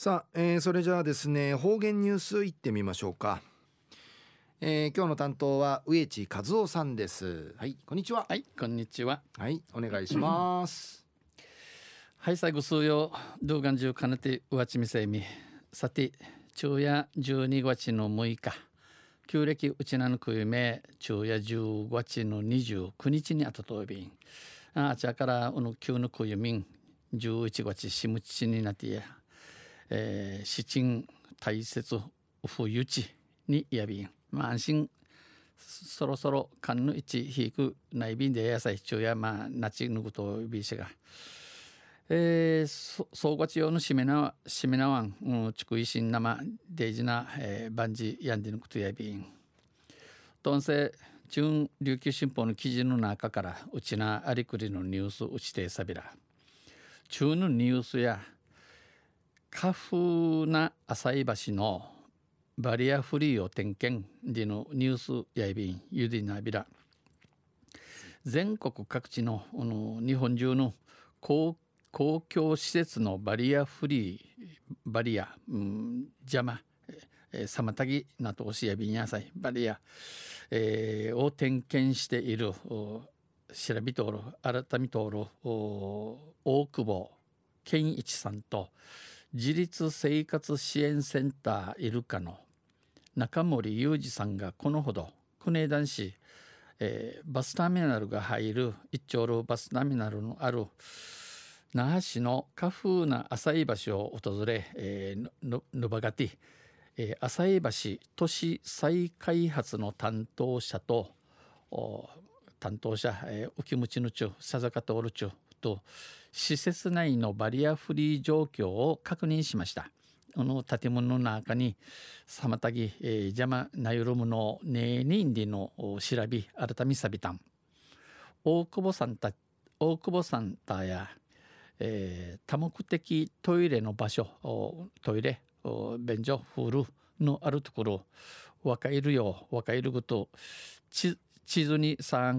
さあ、それじゃあですね、方言ニュースいってみましょうか。今日の担当は植地和夫さんです。はい、こんにちは。 はい、こんにちは。 はい、お願いします。 はい、最後数曜、動画中かねてうわちみせみ。さて、昼夜12月の6日、旧暦うちなぬくゆめ、昼夜15月の29日にあたとびん。あちゃからうぬ旧ぬくゆみん、11月しむちになってや、七鎮大切冬地にやびん。安心そろそろかんぬいちひくないびんでやさい昼夜なちぬぐとびしが。総合地用のしめなわん、ちくいしんなま、デイジな、万事やんでぬくとやびん。とんせ、中琉球新報の記事の中から、うちなありくりのニュースうちてさびら。中のニュースや、カフな浅井橋のバリアフリーを点検でのニュースやいびん、ゆでなびら。全国各地の、日本中の公共施設のバリアフリーバリア、邪魔、妨げなどおしやびんやさいバリア、を点検している調べとおる改めとおる大久保健一さんと自立生活支援センターイルカの中森裕二さんがこのほど国枝市、バスターミナルが入る一丁路バスターミナルのある那覇市のカフーな浅井橋を訪れ、ぬばがて、浅井橋都市再開発の担当者と浮きむちぬちゅさざかとおるちゅと施設内のバリアフリー状況を確認しました。この建物の中に妨げ、邪魔なゆるむのねえにんでの調べ改めさびたん大久保さんたや多目的トイレの場所トイレ便所フールのあるところ若いるよ若いること地図にさ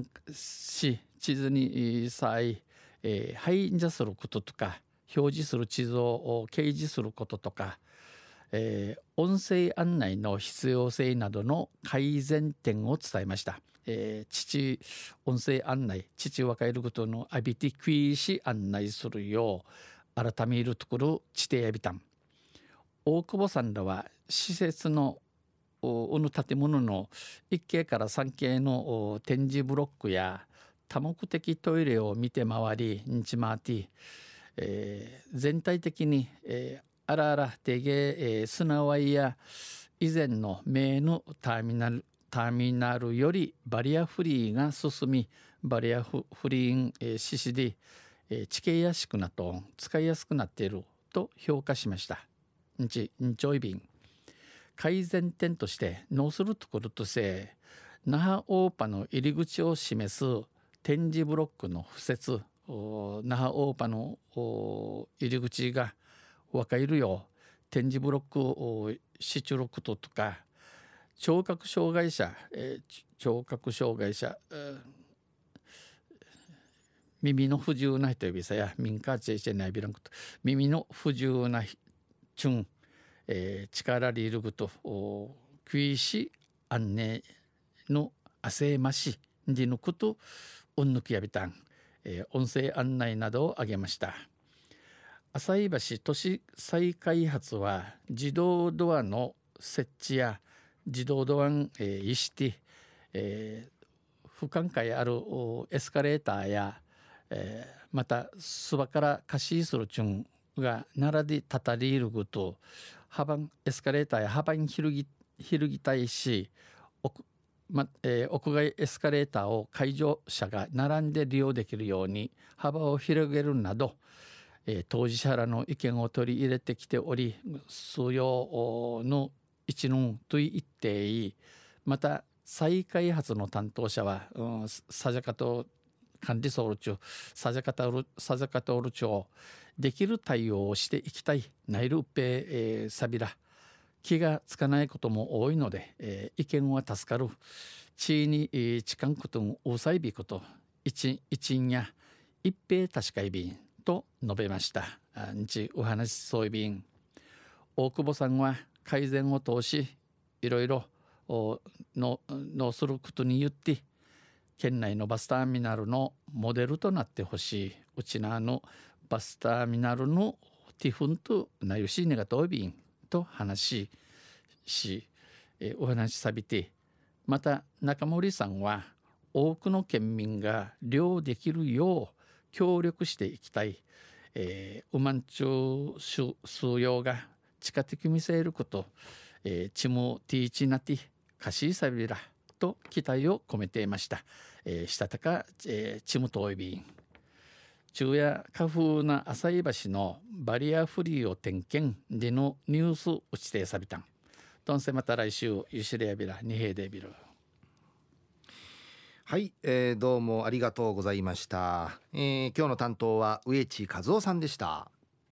い、配置することとか表示する地図を掲示することとか、音声案内の必要性などの改善点を伝えました。音声案内父若いることのアビティクイし案内するよう改めるところ地底やびたん大久保さんらは施設の建物の1階から3階の展示ブロックや多目的トイレを見て回り日回って、全体的に、あらあらてげ、砂わいや以前の名のターミナルよりバリアフリーが進みバリアフリーン、ししで、地形やしくなと使いやすくなっていると評価しました。ちょいびん改善点としてノースルところとして那覇オーパの入り口を示す展示ブロックの敷設那覇オーパの入り口が分かるよう展示ブロックを出力とか聴覚障害者、耳の不自由な人指さや民家チェイチェナイビランクと耳の不自由なチュン、力リルグとクイシ案内の汗ましでのことうんぬきやびたん、音声案内などを挙げました。浅井橋都市再開発は自動ドアの設置や自動ドアン、意識、不寛解あるエスカレーターや、またすばから貸しするチュンが奈良でたたりいることエスカレーターや幅に広ぎたいし屋外エスカレーターを介助者が並んで利用できるように幅を広げるなど、当事者らの意見を取り入れてきており数用の一論と言っていいまた再開発の担当者は、さじゃかと管理ソウル中さじゃかたおる町できる対応をしていきたいナイルウッペ、サビラ気がつかないことも多いので、意見は助かる地に近かんこともうさいびこと一んや一平確かいびんと述べました。日お話そういびん大久保さんは改善を通しいろいろのすることによって県内のバスターミナルのモデルとなってほしい。うちなのバスターミナルのティフンとなゆしねがとびんと話し、お話しさびて、また中森さんは多くの県民が利用できるよう協力していきたい。ウマンチュ数用が近的見せること、チムティーチナティカシーサビラと期待を込めていました。したたか、チムトイビン昼夜花風な浅井橋のバリアフリーを点検でのニュース打ち定さびたんとんせまた来週ゆしれやびらにへいでびる。 はい、どうもありがとうございました。今日の担当は植地和夫さんでした。